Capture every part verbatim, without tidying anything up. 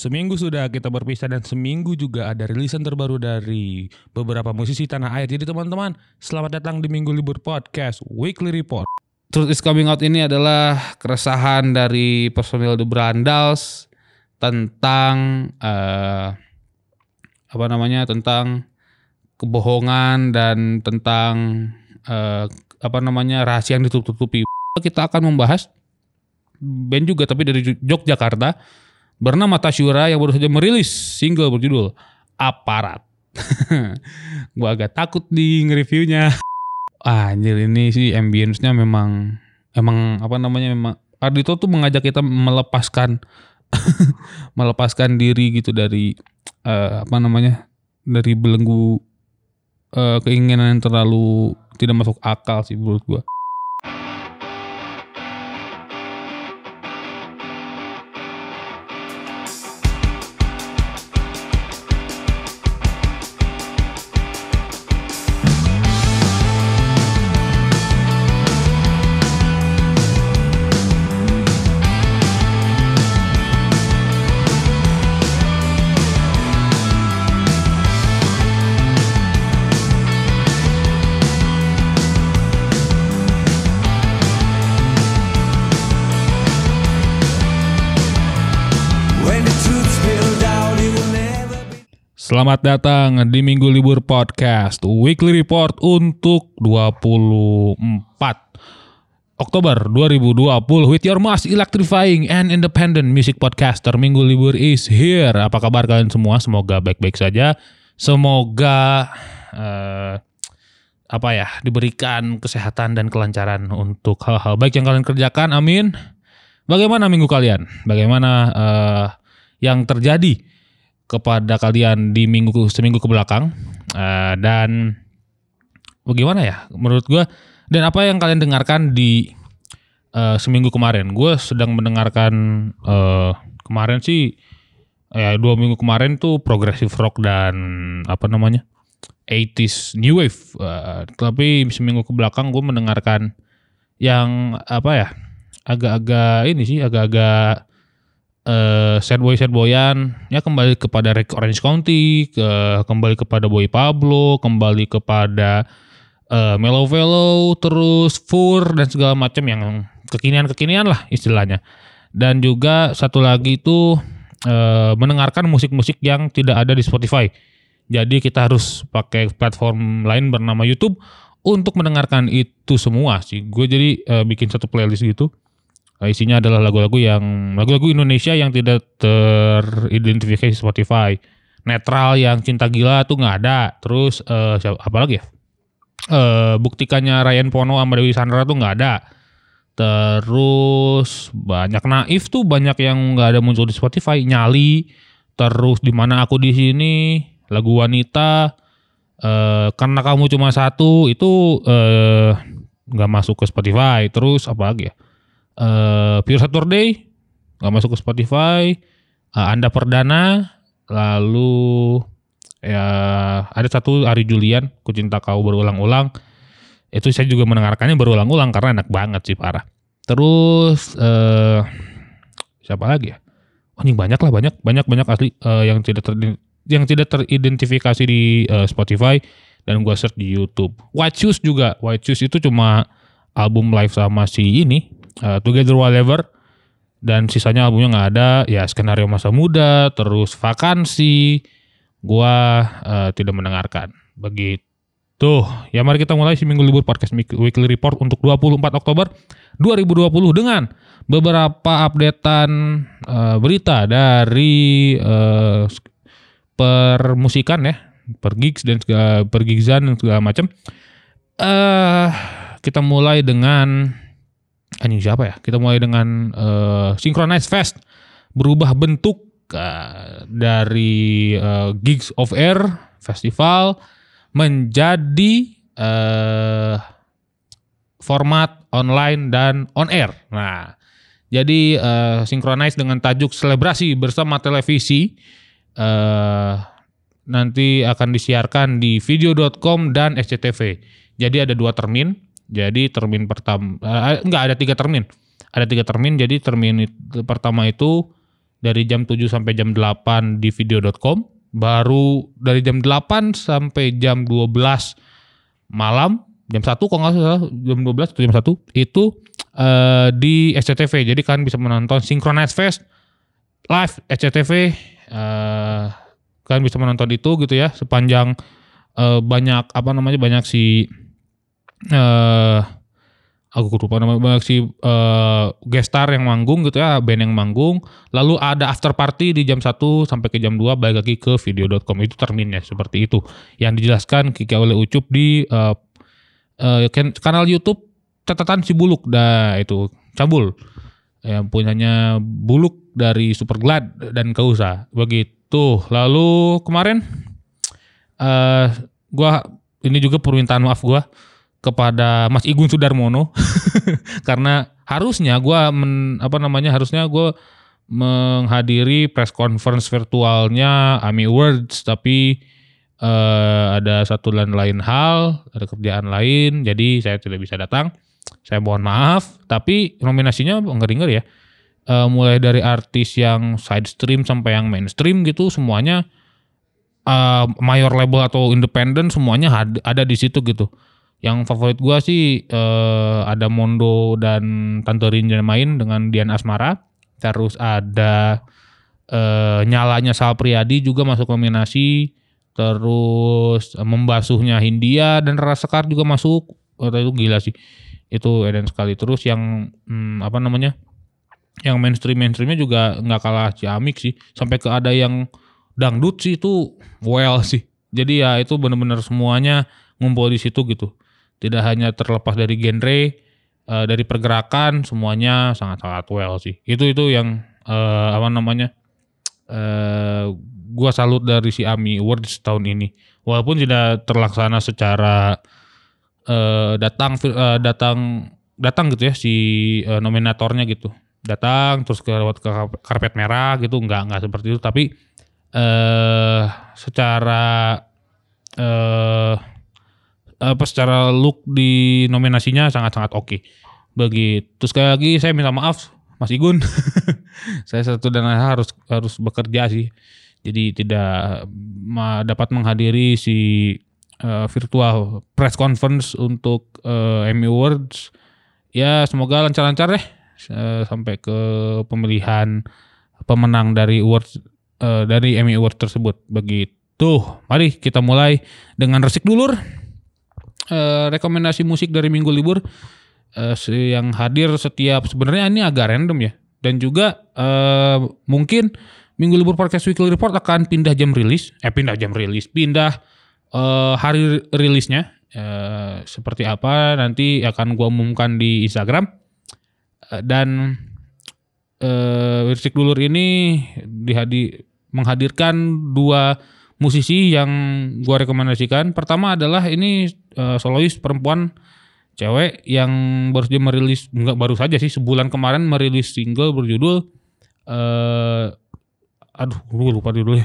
Seminggu sudah kita berpisah dan seminggu juga ada rilisan terbaru dari beberapa musisi tanah air. Jadi teman-teman, selamat datang di Minggu Libur Podcast Weekly Report. Truth is Coming Out ini adalah keresahan dari personil The Brandals tentang uh, apa namanya tentang kebohongan dan tentang uh, apa namanya rahasia yang ditutup-tutupi. Kita akan membahas band juga tapi dari Yogyakarta bernama Tasyura yang baru saja merilis single berjudul Aparat. Gua agak takut di nge-reviewnya. Ah, anjir ini sih ambience-nya memang emang apa namanya memang Ardhito tuh mengajak kita melepaskan melepaskan diri gitu dari uh, apa namanya dari belenggu uh, keinginan yang terlalu tidak masuk akal sih menurut gua. Selamat datang di Minggu Libur Podcast Weekly Report untuk dua puluh empat Oktober dua ribu dua puluh with your most electrifying and independent music podcaster. Minggu Libur is here. Apa kabar kalian semua? Semoga baik-baik saja. Semoga uh, apa ya diberikan kesehatan dan kelancaran untuk hal-hal baik yang kalian kerjakan. Amin. Bagaimana minggu kalian? Bagaimana uh, yang terjadi kepada kalian di minggu seminggu ke belakang uh, dan bagaimana ya menurut gue dan apa yang kalian dengarkan di uh, seminggu kemarin. Gue sedang mendengarkan uh, kemarin sih ya dua minggu kemarin tuh progressive rock dan apa namanya eighties new wave, uh, tapi seminggu ke belakang gue mendengarkan yang apa ya agak-agak ini sih agak-agak Uh, sad boy sad boyan ya, kembali kepada Rick Orange County, ke, kembali kepada Boy Pablo, kembali kepada uh, Mellow Fellow, terus Fur dan segala macam yang kekinian-kekinian lah istilahnya. Dan juga satu lagi itu uh, mendengarkan musik-musik yang tidak ada di Spotify. Jadi kita harus pakai platform lain bernama YouTube untuk mendengarkan itu semua sih. Gue jadi uh, bikin satu playlist gitu. Isinya adalah lagu-lagu yang lagu-lagu Indonesia yang tidak teridentifikasi Spotify. Netral yang Cinta Gila tuh nggak ada. Terus uh, siapa, apa lagi ya? Uh, Buktikannya Ryan Pono sama Dewi Sandra tuh nggak ada. Terus banyak Naif tuh banyak yang nggak ada muncul di Spotify. Nyali. Terus Di Mana Aku Di Sini. Lagu Wanita. Uh, Karena Kamu Cuma Satu itu nggak uh, masuk ke Spotify. Terus apa lagi ya? Uh, Pure Saturday nggak masuk ke Spotify, uh, Anda Perdana, lalu ya ada satu Ari Julian, Ku Cinta Kau Berulang-ulang. Itu saya juga mendengarkannya berulang-ulang karena enak banget sih, parah. Terus uh, siapa lagi ya? Oh ini banyak lah, banyak banyak banyak asli uh, yang tidak ter, yang tidak teridentifikasi di uh, Spotify dan gua search di YouTube. White Shoes juga, White Shoes itu cuma album live sama si ini. Uh, Together Whatever, dan sisanya albumnya nggak ada. Ya Skenario Masa Muda, terus Vakansi, gua uh, tidak mendengarkan. Begitu. Ya mari kita mulai si Minggu Libur Podcast Weekly Report untuk dua puluh empat Oktober dua ribu dua puluh dengan beberapa updatean uh, berita dari uh, permusikan ya, per gigs dan segala, per gigsan dan segala macam. Uh, kita mulai dengan Anjing siapa ya? Kita mulai dengan uh, Synchronize Fest berubah bentuk uh, dari uh, Gigs of Air Festival menjadi uh, format online dan on air. Nah, jadi uh, Synchronize dengan tajuk Selebrasi Bersama Televisi uh, nanti akan disiarkan di video dot com dan S C T V. Jadi ada dua termin. Jadi termin pertama uh, enggak ada tiga termin. Ada tiga termin. Jadi termin itu, pertama itu dari jam tujuh sampai jam delapan di video dot com, baru dari jam delapan sampai jam dua belas malam, jam satu kalau nggak salah, jam dua belas atau jam satu itu uh, di S C T V. Jadi kan bisa menonton Synchronize Fest live S C T V, uh, kan bisa menonton itu gitu ya, sepanjang uh, banyak apa namanya banyak si uh, aku lupa nama banyak si uh, guest star yang manggung gitu ya, band yang manggung. Lalu ada after party di jam satu sampai ke jam dua, balik lagi ke video dot com. Itu terminnya seperti itu. Yang dijelaskan Kiki oleh Ucup di uh, uh, kanal YouTube Catatan Si Buluk. Dah itu Cabul. Yang punyanya Buluk dari Superglad dan Kausa. Begitu. Lalu kemarin uh, gua ini juga permintaan maaf gua kepada Mas Igun Sudarmono karena harusnya gue men, apa namanya harusnya gue menghadiri press conference virtualnya AMI Awards, tapi uh, ada satu dan lain hal, ada kerjaan lain, jadi saya tidak bisa datang. Saya mohon maaf, tapi nominasinya ngeri-ngeri ya, uh, mulai dari artis yang side stream sampai yang mainstream gitu, semuanya uh, mayor label atau independen semuanya had, ada di situ gitu. Yang favorit gue sih uh, ada Mondo dan Tante Rinja main dengan Dian Asmara. Terus ada uh, Nyalanya Sal Priadi juga masuk nominasi. Terus uh, Membasuhnya Hindia dan Rara Sekar juga masuk. Oh, itu gila sih. Itu edan sekali. Terus yang hmm, apa namanya? Yang mainstream-mainstreamnya juga gak kalah ciamik sih. Sampai ke ada yang dangdut sih itu well sih. Jadi ya itu benar-benar semuanya ngumpul di situ gitu. Tidak hanya terlepas dari genre, uh, dari pergerakan, semuanya sangat-sangat well sih. Itu itu yang uh, apa namanya, uh, gua salut dari si AMI Awards tahun ini. Walaupun tidak terlaksana secara uh, datang uh, datang datang gitu ya si uh, nominatornya gitu, datang terus ke, ke karpet merah gitu, nggak nggak seperti itu. Tapi uh, secara uh, apa secara look di nominasinya sangat-sangat oke. Okay. Begitu. Sekali lagi saya minta maaf Mas Igun. Saya satu dan lain harus harus bekerja sih. Jadi tidak ma, dapat menghadiri si uh, virtual press conference untuk uh, AMI Awards. Ya semoga lancar-lancar deh uh, sampai ke pemilihan pemenang dari awards uh, dari AMI Awards tersebut. Begitu. Mari kita mulai dengan resik dulur. Uh, rekomendasi musik dari minggu libur uh, yang hadir setiap, sebenarnya ini agak random ya, dan juga uh, mungkin minggu libur podcast weekly report akan pindah jam rilis, eh pindah jam rilis, pindah uh, hari rilisnya uh, seperti apa nanti akan gua umumkan di Instagram. Uh, dan uh, Risik Dulur ini dihadi, menghadirkan dua musisi yang gua rekomendasikan. Pertama adalah ini uh, solois perempuan cewek yang baru saja merilis, enggak baru saja sih, sebulan kemarin merilis single berjudul uh, aduh gue lupa judulnya.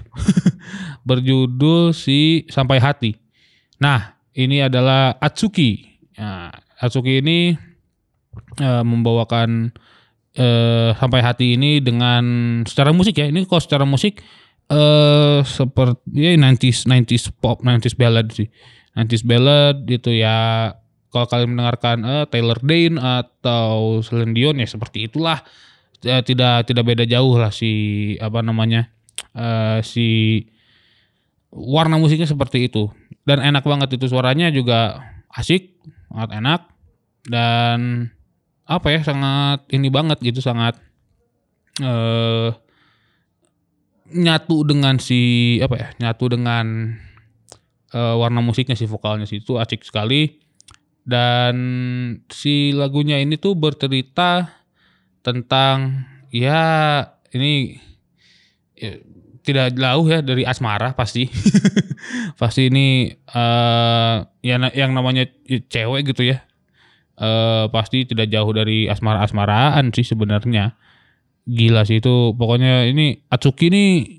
Berjudul si Sampai Hati. Nah, ini adalah Atsuki. Nah, Atsuki ini uh, membawakan uh, Sampai Hati ini dengan secara musik ya. Ini kok secara musik Uh, seperti ya sembilan puluh sembilan puluh pop, sembilan puluh ballad sih. sembilan puluh ballad itu ya, kalau kalian mendengarkan uh, Taylor Dayne atau Celine Dion ya seperti itulah. Ya, tidak tidak beda jauh lah si apa namanya? Uh, si warna musiknya seperti itu. Dan enak banget itu, suaranya juga asik, sangat enak dan apa ya, sangat ini banget gitu, sangat eh uh, nyatu dengan si apa ya nyatu dengan uh, warna musiknya, si vokalnya sih itu asik sekali. Dan si lagunya ini tuh bercerita tentang ya ini ya, tidak jauh ya dari asmara pasti. Pasti ini uh, ya yang namanya cewek gitu ya, uh, pasti tidak jauh dari asmara-asmaraan sih sebenarnya. Gila sih itu, pokoknya ini Atsuki ini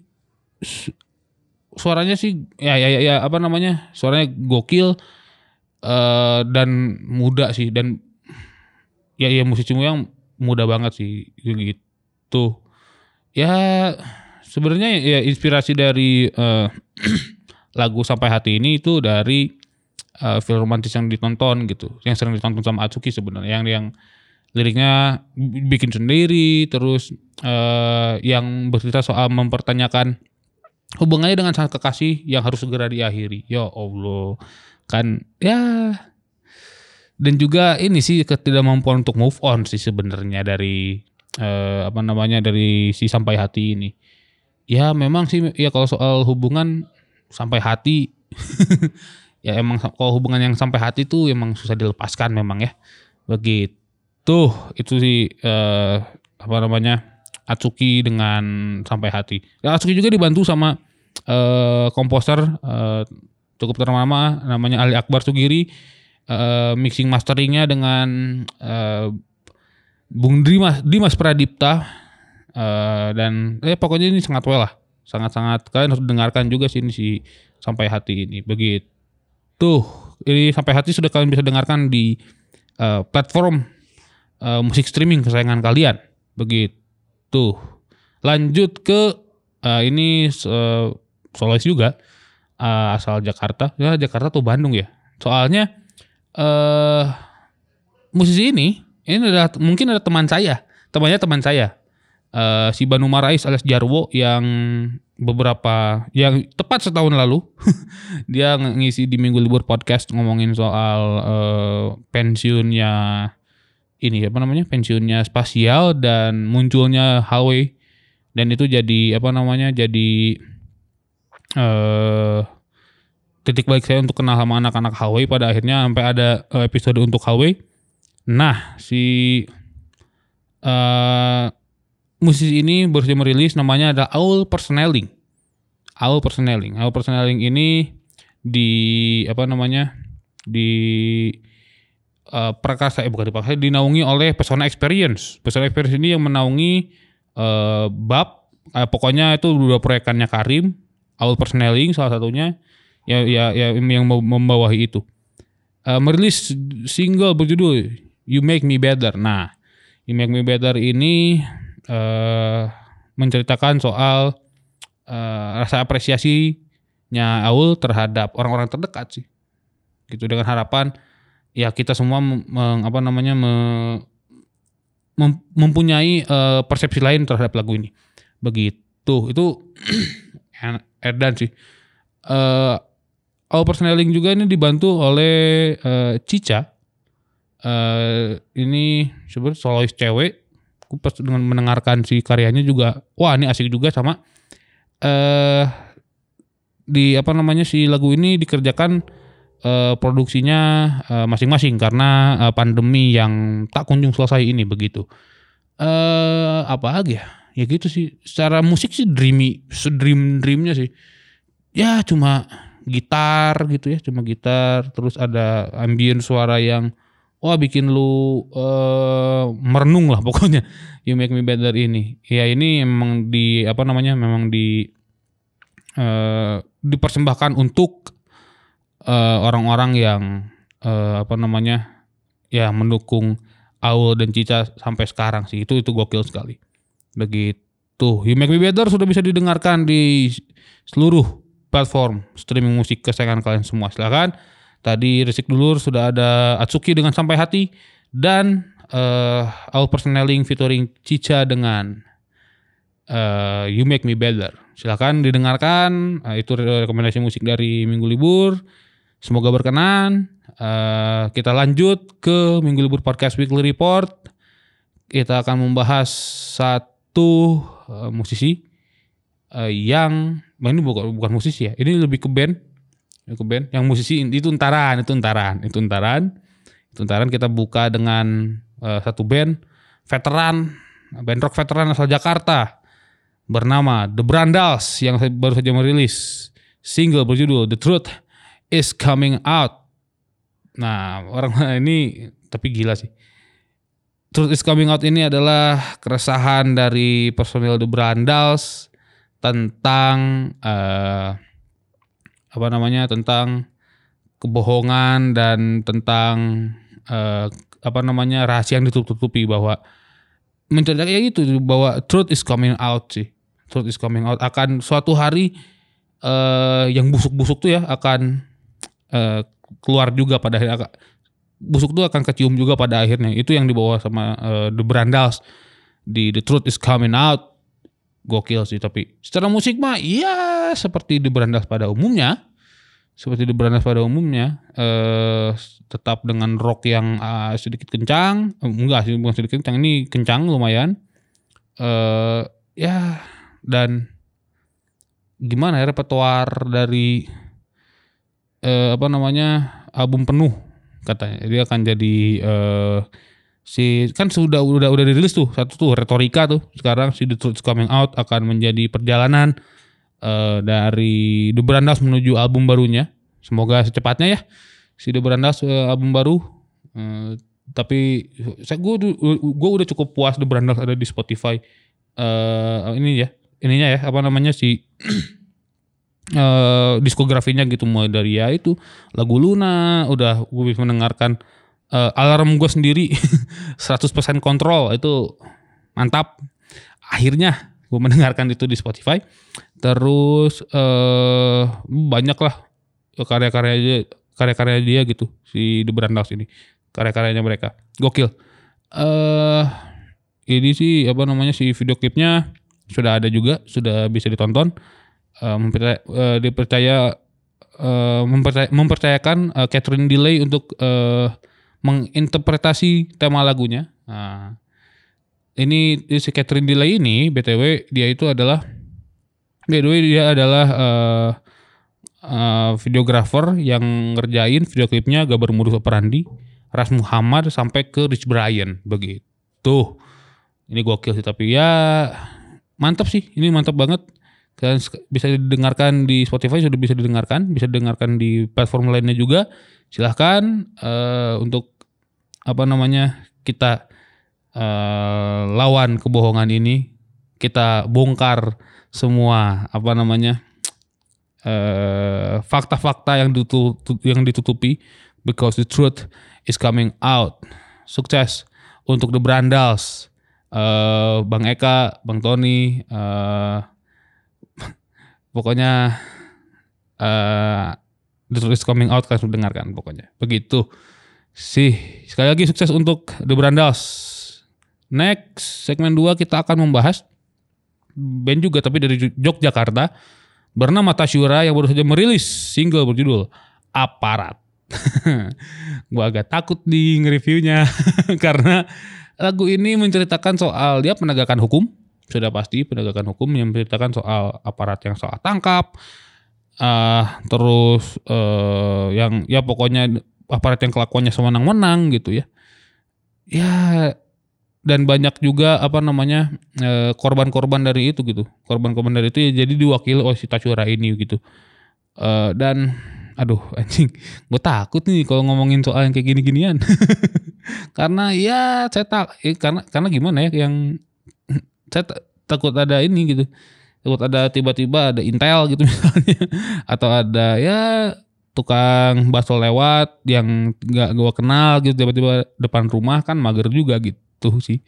suaranya sih ya ya ya apa namanya suaranya gokil uh, dan muda sih, dan ya ya musisi yang muda banget sih gitu. Ya sebenarnya ya inspirasi dari uh, lagu Sampai Hati ini itu dari uh, film romantis yang ditonton gitu, yang sering ditonton sama Atsuki sebenarnya, yang yang liriknya bikin sendiri, terus uh, yang bercerita soal mempertanyakan hubungannya dengan sang kekasih yang harus segera diakhiri. Ya Allah, kan ya. Dan juga ini sih ketidakmampuan untuk move on sih sebenarnya dari eh, apa namanya dari si Sampai Hati ini. Ya memang sih ya kalau soal hubungan sampai hati ya emang kalau hubungan yang sampai hati tuh emang susah dilepaskan memang ya. Begitu itu sih eh, apa namanya Atsuki dengan Sampai Hati. Ya, Atsuki juga dibantu sama eh, komposer eh, cukup ternama namanya Ali Akbar Sugiri. Uh, mixing masteringnya dengan uh, Bung Dimas Dimas Pradipta uh, dan eh pokoknya ini sangat well lah, sangat-sangat kalian harus dengarkan juga sih ini si Sampai Hati ini. Begitu ini Sampai Hati sudah kalian bisa dengarkan di uh, platform uh, musik streaming kesayangan kalian. Begitu. Lanjut ke uh, ini uh, solois juga uh, asal Jakarta. Ya Jakarta tuh Bandung ya. Soalnya Uh, musisi ini ini adalah mungkin ada teman saya, temannya teman saya, uh, si Banu Marais alias Jarwo yang beberapa yang tepat setahun lalu dia ngisi di Minggu Libur podcast ngomongin soal uh, pensiunnya ini apa namanya pensiunnya Spasial dan munculnya Huawei, dan itu jadi apa namanya jadi uh, titik balik saya untuk kenal sama anak-anak Huawei, pada akhirnya sampai ada episode untuk Huawei. Nah, si uh, musisi ini baru saja merilis, namanya ada Aul Persneling. Aul Persneling. Aul Persneling ini di apa namanya? di uh, Prakasa eh bukan di Prakasa, dinaungi oleh Pesona Experience. Pesona Experience ini yang menaungi uh, bab uh, pokoknya itu dua proyekannya Karim, Aul Persneling salah satunya. Ya, ya, ya yang membawahi itu uh, merilis single berjudul You Make Me Better. Nah, You Make Me Better ini uh, menceritakan soal uh, rasa apresiasinya Aul terhadap orang-orang terdekat sih, gitu, dengan harapan ya kita semua mem, apa namanya mem, mempunyai uh, persepsi lain terhadap lagu ini. Begitu itu Erdan sih. Uh, Aul Persneling juga ini dibantu oleh uh, Cica. Uh, ini sebenarnya solois cewek. Aku pas dengan mendengarkan si karyanya juga, wah ini asik juga sama. Uh, di apa namanya si lagu ini dikerjakan uh, produksinya uh, masing-masing karena uh, pandemi yang tak kunjung selesai ini begitu. Uh, apa lagi ya? Ya gitu sih. Secara musik sih dreamy, sedream dreamnya sih. Ya cuma gitar gitu ya, cuma gitar, terus ada ambient suara yang wah bikin lu uh, merenung lah pokoknya. You Make Me Better ini. Ya ini memang di apa namanya memang di uh, dipersembahkan untuk uh, orang-orang yang uh, apa namanya ya mendukung Aul dan Cica sampai sekarang sih. Itu itu gokil sekali. Begitu. You Make Me Better sudah bisa didengarkan di seluruh platform streaming musik kesayangan kalian semua. Silakan. Tadi Resik Dulur sudah ada Atsuki dengan Sampai Hati dan uh, Aul Persneling featuring Cica dengan uh, You Make Me Better. Silakan didengarkan. Uh, itu rekomendasi musik dari Minggu Libur. Semoga berkenan. Uh, kita lanjut ke Minggu Libur Podcast Weekly Report. Kita akan membahas satu uh, musisi uh, yang ini bukan bukan musisi ya, ini lebih ke band, ke band. Yang musisi itu entaran, itu entaran, itu entaran, itu entaran. Kita buka dengan uh, satu band veteran, band rock veteran asal Jakarta bernama The Brandals yang baru saja merilis single berjudul The Truth Is Coming Out. Nah, orang ini tapi gila sih. Truth Is Coming Out ini adalah keresahan dari personil The Brandals tentang uh, apa namanya tentang kebohongan dan tentang uh, apa namanya rahasia yang ditutup-tutupi, bahwa menceritakan ya gitu bahwa truth is coming out sih. Truth is coming out akan suatu hari uh, yang busuk-busuk tuh ya akan uh, keluar juga pada akhirnya. Busuk tuh akan kecium juga pada akhirnya. Itu yang dibawa sama uh, The Brandals di The Truth is Coming Out. Gokil sih, tapi secara musik mah iya seperti The Brandals pada umumnya. Seperti The Brandals pada umumnya uh, tetap dengan rock yang uh, sedikit kencang. Uh, enggak sih, bukan sedikit kencang, ini kencang lumayan. Uh, ya dan gimana ya repertoar dari uh, apa namanya album penuh katanya dia akan jadi uh, si kan sudah udah udah dirilis tuh satu tuh Retorika tuh, sekarang si The Truth is Coming Out akan menjadi perjalanan uh, dari The Brandals menuju album barunya, semoga secepatnya ya si The Brandals uh, album baru. Uh, tapi saya gue gue udah cukup puas The Brandals ada di Spotify. Uh, ini ya ininya ya apa namanya si uh, diskografinya gitu, mulai dari ya itu lagu Luna udah gue bisa mendengarkan uh, alarm gue sendiri seratus persen kontrol itu mantap, akhirnya gue mendengarkan itu di Spotify. Terus uh, banyak lah karya-karya dia, karya-karya dia gitu si The Brandals ini, karya-karyanya mereka gokil. Uh, ini sih apa namanya si video klipnya sudah ada juga, sudah bisa ditonton. Uh, mempercaya, uh, dipercaya uh, mempercaya, mempercayakan uh, Catherine Delay untuk uh, menginterpretasi tema lagunya. Nah, ini si Catherine Delay ini B T W dia itu adalah B T W dia adalah uh, uh, videografer yang ngerjain video klipnya Gabar Modus Operandi, Ras Muhammad sampai ke Rich Brian begitu. Ini gokil sih, tapi ya mantap sih, ini mantap banget. Kan bisa didengarkan di Spotify, sudah bisa didengarkan, bisa didengarkan di platform lainnya juga. Silahkan uh, untuk apa namanya kita uh, lawan kebohongan ini, kita bongkar semua apa namanya uh, fakta-fakta yang ditutup, yang ditutupi, because the truth is coming out. Sukses untuk The Brandals. Uh, Bang Eka, Bang Tony, uh, pokoknya uh, The Truth is Coming Out kalian dengarkan pokoknya. Begitu sih. Sekali lagi sukses untuk The Brandals. Next segmen dua kita akan membahas band juga tapi dari Yogyakarta bernama Tasyura yang baru saja merilis single berjudul Aparat. Gua agak takut di nge-reviewnya karena lagu ini menceritakan soal dia penegakan hukum, sudah pasti penegakan hukum yang menceritakan soal aparat yang salah tangkap, uh, terus uh, yang ya pokoknya aparat yang kelakuannya sewenang-wenang gitu ya. Ya dan banyak juga apa namanya uh, korban-korban dari itu gitu, korban-korban dari itu ya, jadi diwakili oleh si Tasyura ini gitu. Uh, dan aduh anjing, gue takut nih kalau ngomongin soal yang kayak gini-ginian. Karena ya saya tak, eh, karena karena gimana ya, yang saya t- takut ada ini gitu, takut ada tiba-tiba ada intel gitu misalnya, atau ada ya tukang bakso lewat yang nggak gue kenal gitu tiba-tiba depan rumah, kan mager juga gitu sih.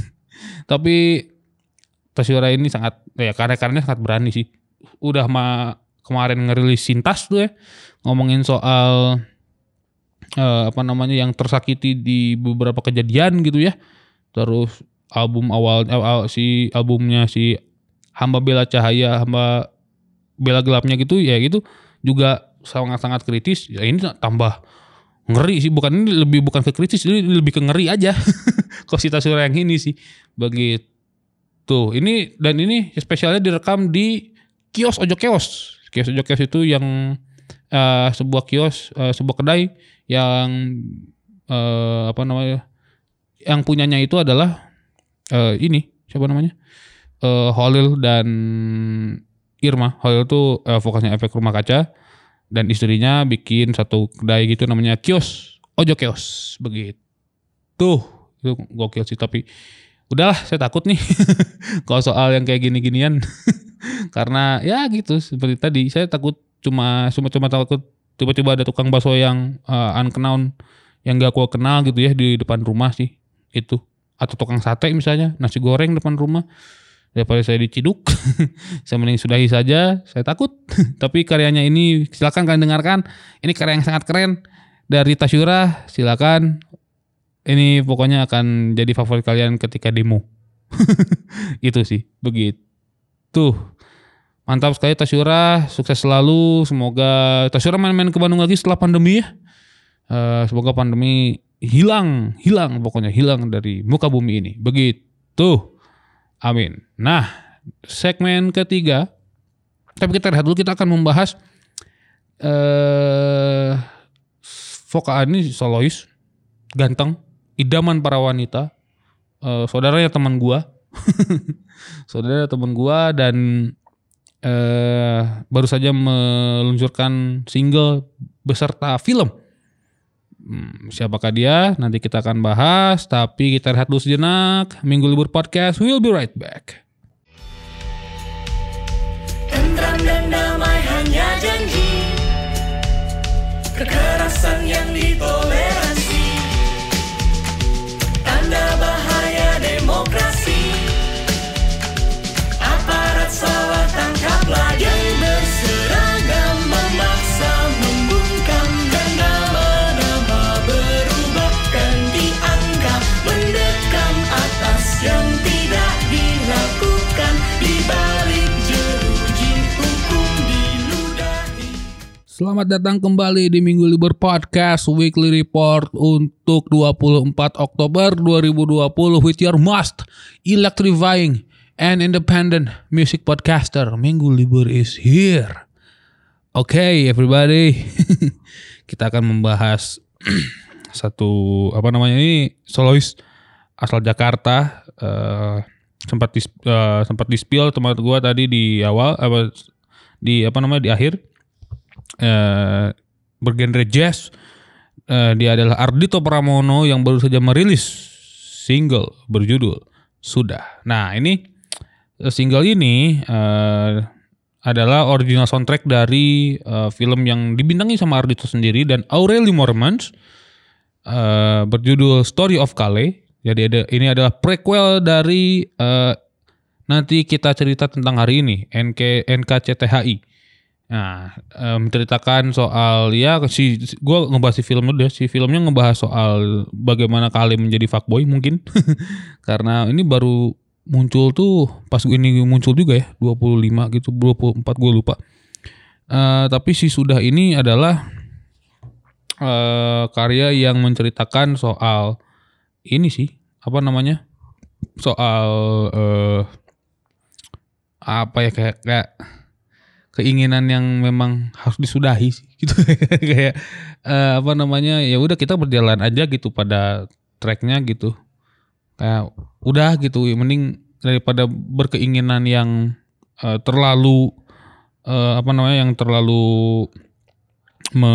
Tapi Tasyura ini sangat ya karya-karyanya sangat berani sih. Udah mah kemarin ngerilis Sintas tuh ya, ngomongin soal Uh, apa namanya yang tersakiti di beberapa kejadian gitu ya. Terus album awal uh, si albumnya si Hamba Bela Cahaya, Hamba Bela Gelapnya gitu ya, gitu juga sangat-sangat kritis. Ya ini tambah ngeri sih, bukan ini lebih bukan ke kritis, ini lebih ke ngeri aja. Kok si Tasyura yang ini sih begitu. Ini dan ini spesialnya direkam di kios Ojo Keos. Kios Ojo Keos itu yang uh, sebuah kios, uh, sebuah kedai yang uh, apa namanya, yang punyanya itu adalah uh, ini siapa namanya, uh, Holil dan Irma. Holil itu uh, vokasnya Efek Rumah Kaca, dan istrinya bikin satu kedai gitu namanya Kios Ojo Keos begitu. Itu gokil sih, tapi udahlah saya takut nih kalau soal yang kayak gini-ginian. Karena ya gitu seperti tadi, saya takut cuma cuma cuma takut tiba-tiba ada tukang bakso yang uh, unknown yang gak aku kenal gitu ya di depan rumah sih. Itu atau tukang sate misalnya, nasi goreng depan rumah, daripada saya diciduk, saya mending sudahi saja, saya takut. Tapi karyanya ini silakan kalian dengarkan, ini karya yang sangat keren dari Tasyura, silakan. Ini pokoknya akan jadi favorit kalian ketika demo. Itu sih, begitu. Mantap sekali Tasyura, sukses selalu. Semoga Tasyura main-main ke Bandung lagi setelah pandemi ya. Uh, semoga pandemi hilang, hilang pokoknya hilang dari muka bumi ini. Begitu. Amin. Nah, segmen ketiga. Tapi kita lihat dulu, kita akan membahas uh, vokal ini solois, ganteng, idaman para wanita, uh, saudaranya teman gua, saudara teman gua dan uh, baru saja meluncurkan single beserta film. Hmm, siapakah dia? Nanti kita akan bahas. Tapi kita lihat dulu sejenak. Minggu Libur Podcast, we'll be right back. Tentram dan damai hanya janji, kekerasan yang ditoleransi, tanda bahaya demokrasi. Aparat salah tangkaplah yang berseragam, memaksa membungkam dan nama-nama berubah ganti angka, mendekam atas yang tidak dilakukan, dibalik jeruji hukum diludahi. Selamat datang kembali di Minggu Libur Podcast Weekly Report untuk dua puluh empat Oktober dua ribu dua puluh with your most electrifying and independent music podcaster. Minggu Libur is here. Oke, okay, everybody. Kita akan membahas satu apa namanya ini solois asal Jakarta. Uh, sempat dis, uh, sempat di-spill teman gue tadi di awal apa di apa namanya di akhir. Uh, bergenre jazz. Uh, dia adalah Ardhito Pramono yang baru saja merilis single berjudul Sudah. Nah, ini single ini uh, adalah original soundtrack dari uh, film yang dibintangi sama Ardhito sendiri dan Aureli Mormans, uh, berjudul Story of Kale. Jadi ada, ini adalah prequel dari uh, nanti kita cerita tentang hari ini, N K C T H I. Nah, uh, menceritakan soal ya si gue ngebahas si film dulu deh. Si filmnya ngebahas soal bagaimana Kale menjadi fuckboy mungkin. Karena ini baru muncul tuh pas ini muncul juga ya dua puluh lima gitu dua puluh empat gue lupa. Uh, tapi si Sudah ini adalah uh, karya yang menceritakan soal ini sih apa namanya soal uh, apa ya kayak kayak keinginan yang memang harus disudahi sih gitu. Kayak uh, apa namanya ya udah kita berjalan aja gitu pada tracknya gitu. Kayak udah gitu, mending daripada berkeinginan yang uh, terlalu uh, apa namanya yang terlalu me,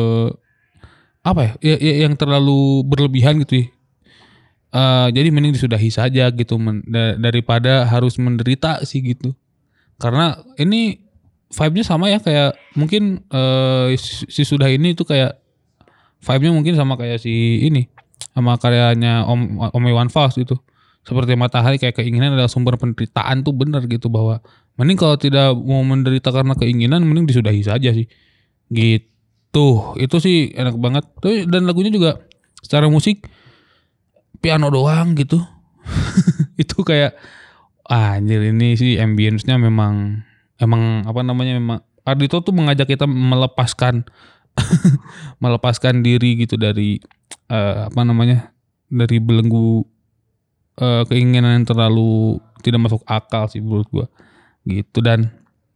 apa ya, ya yang terlalu berlebihan gitu ya. Uh, jadi mending disudahi saja gitu men, da, daripada harus menderita sih gitu. Karena ini vibe-nya sama ya kayak mungkin uh, si Sudah ini tuh kayak vibe-nya mungkin sama kayak si ini. Sama karyanya Om Om Iwan Fals gitu. Seperti Matahari, kayak keinginan adalah sumber penderitaan tuh benar gitu, bahwa mending kalau tidak mau menderita karena keinginan mending disudahi saja sih. Gitu. Itu sih enak banget. Dan lagunya juga secara musik piano doang gitu. Itu kayak ah, anjir ini sih ambience-nya memang emang apa namanya memang Ardhito tuh mengajak kita melepaskan melepaskan diri gitu dari uh, apa namanya dari belenggu uh, keinginan yang terlalu tidak masuk akal sih menurut gua gitu. Dan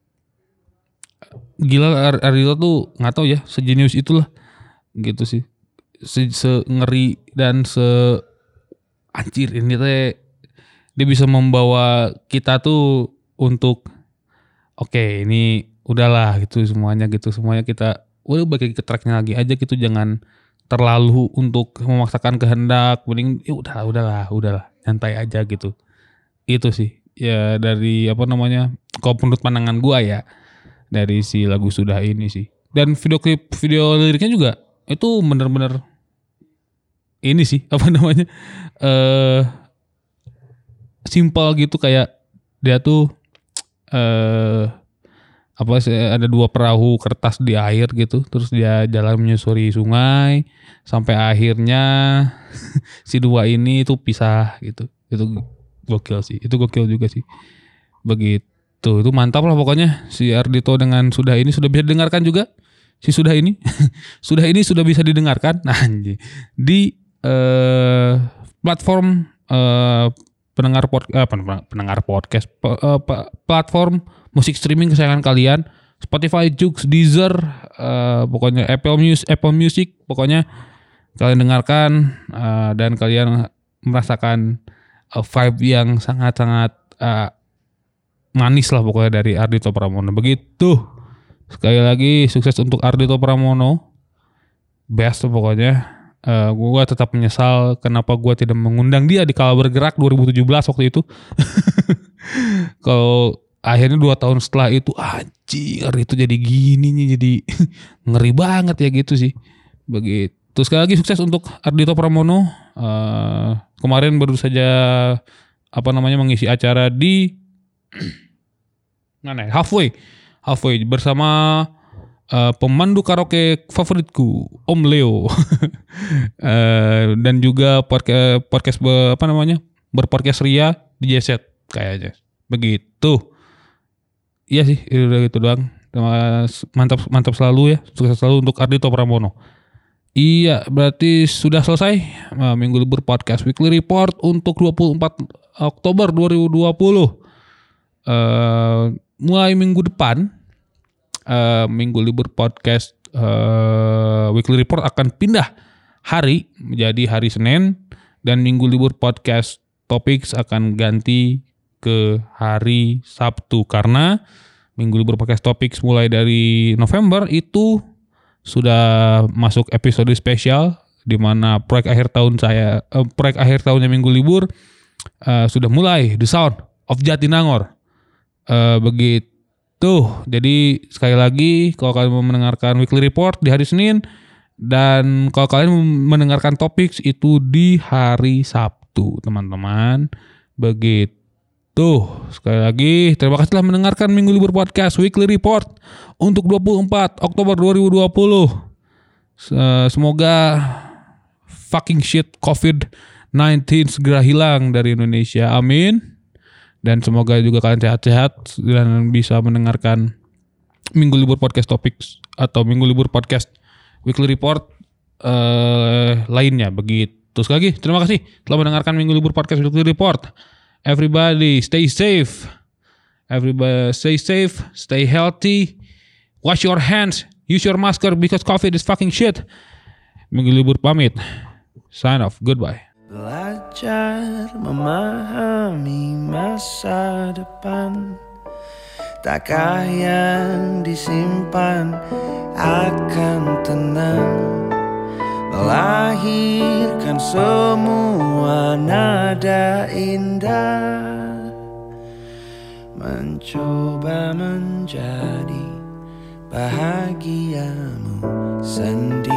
gila Ardhito tuh nggak tahu ya sejenius itulah gitu sih, se, se ngeri dan se anjir ini teh dia bisa membawa kita tuh untuk oke okay, ini udahlah gitu semuanya gitu semuanya kita udah balik ke tracknya lagi aja gitu, jangan terlalu untuk memaksakan kehendak, mending ya udahlah udahlah udahlah santai aja gitu. Itu sih ya dari apa namanya kalau menurut pandangan gua ya dari si lagu Sudah ini sih. Dan video klip video liriknya juga itu bener-bener ini sih apa namanya eh simple gitu, kayak dia tuh eh apa sih, ada dua perahu kertas di air gitu, terus dia jalan menyusuri sungai sampai akhirnya si dua ini tuh pisah gitu. Itu gokil sih, itu gokil juga sih. Begitu, itu mantap lah pokoknya si Ardhito dengan sudah ini sudah bisa didengarkan juga. Si sudah ini sudah ini sudah bisa didengarkan. Nah, di eh, platform eh, pendengar pod, eh, pendengar podcast eh, platform musik streaming kesayangan kalian, Spotify, Joox, Deezer, uh, pokoknya Apple Music, Apple Music, pokoknya kalian dengarkan uh, dan kalian merasakan uh, vibe yang sangat-sangat uh, manis lah pokoknya dari Ardhito Pramono. Begitu. Sekali lagi sukses untuk Ardhito Pramono. Best pokoknya. Uh, gue tetap menyesal kenapa gue tidak mengundang dia di Kala Bergerak dua ribu tujuh belas waktu itu. Kalau akhirnya dua tahun setelah itu anjing itu jadi gini nih, jadi ngeri banget ya gitu sih. Begitu. Sekali lagi sukses untuk Ardhito Pramono. Uh, kemarin baru saja apa namanya mengisi acara di mana? Halfway, halfway bersama uh, pemandu karaoke favoritku Om Leo. uh, dan juga podcast podcast be, apa namanya berpodcast Ria di J Z kayaknya. Begitu. Iya sih, udah gitu doang. Mantap mantap selalu ya. Sukses selalu untuk Ardhito Pramono. Iya, berarti sudah selesai uh, Minggu Libur Podcast Weekly Report untuk dua puluh empat Oktober dua ribu dua puluh. Uh, mulai minggu depan uh, Minggu Libur Podcast uh, Weekly Report akan pindah hari menjadi hari Senin, dan Minggu Libur Podcast Topics akan ganti ke hari Sabtu, karena Minggu Libur Podcast Topics mulai dari November itu sudah masuk episode spesial di mana proyek akhir tahun saya eh, proyek akhir tahunnya Minggu Libur uh, sudah mulai, The Sound of Jatinangor. Uh, begitu. Jadi sekali lagi kalau kalian mau mendengarkan Weekly Report di hari Senin, dan kalau kalian mendengarkan Topics itu di hari Sabtu, teman-teman. Begitu. Tuh, sekali lagi terima kasih telah mendengarkan Minggu Libur Podcast Weekly Report untuk dua puluh empat Oktober dua ribu dua puluh. Semoga fucking shit covid sembilan belas segera hilang dari Indonesia. Amin. Dan semoga juga kalian sehat-sehat dan bisa mendengarkan Minggu Libur Podcast Topics atau Minggu Libur Podcast Weekly Report uh, lainnya. Begitu. Sekali lagi terima kasih telah mendengarkan Minggu Libur Podcast Weekly Report. Everybody stay safe. Everybody stay safe, stay healthy. Wash your hands, use your masker because COVID is fucking shit. Minggu Libur pamit. Sign off. Goodbye. Belajar memahami masa depan, takkah yang disimpan akan tenang, melahirkan semua nada indah, mencoba menjadi bahagiamu sendiri.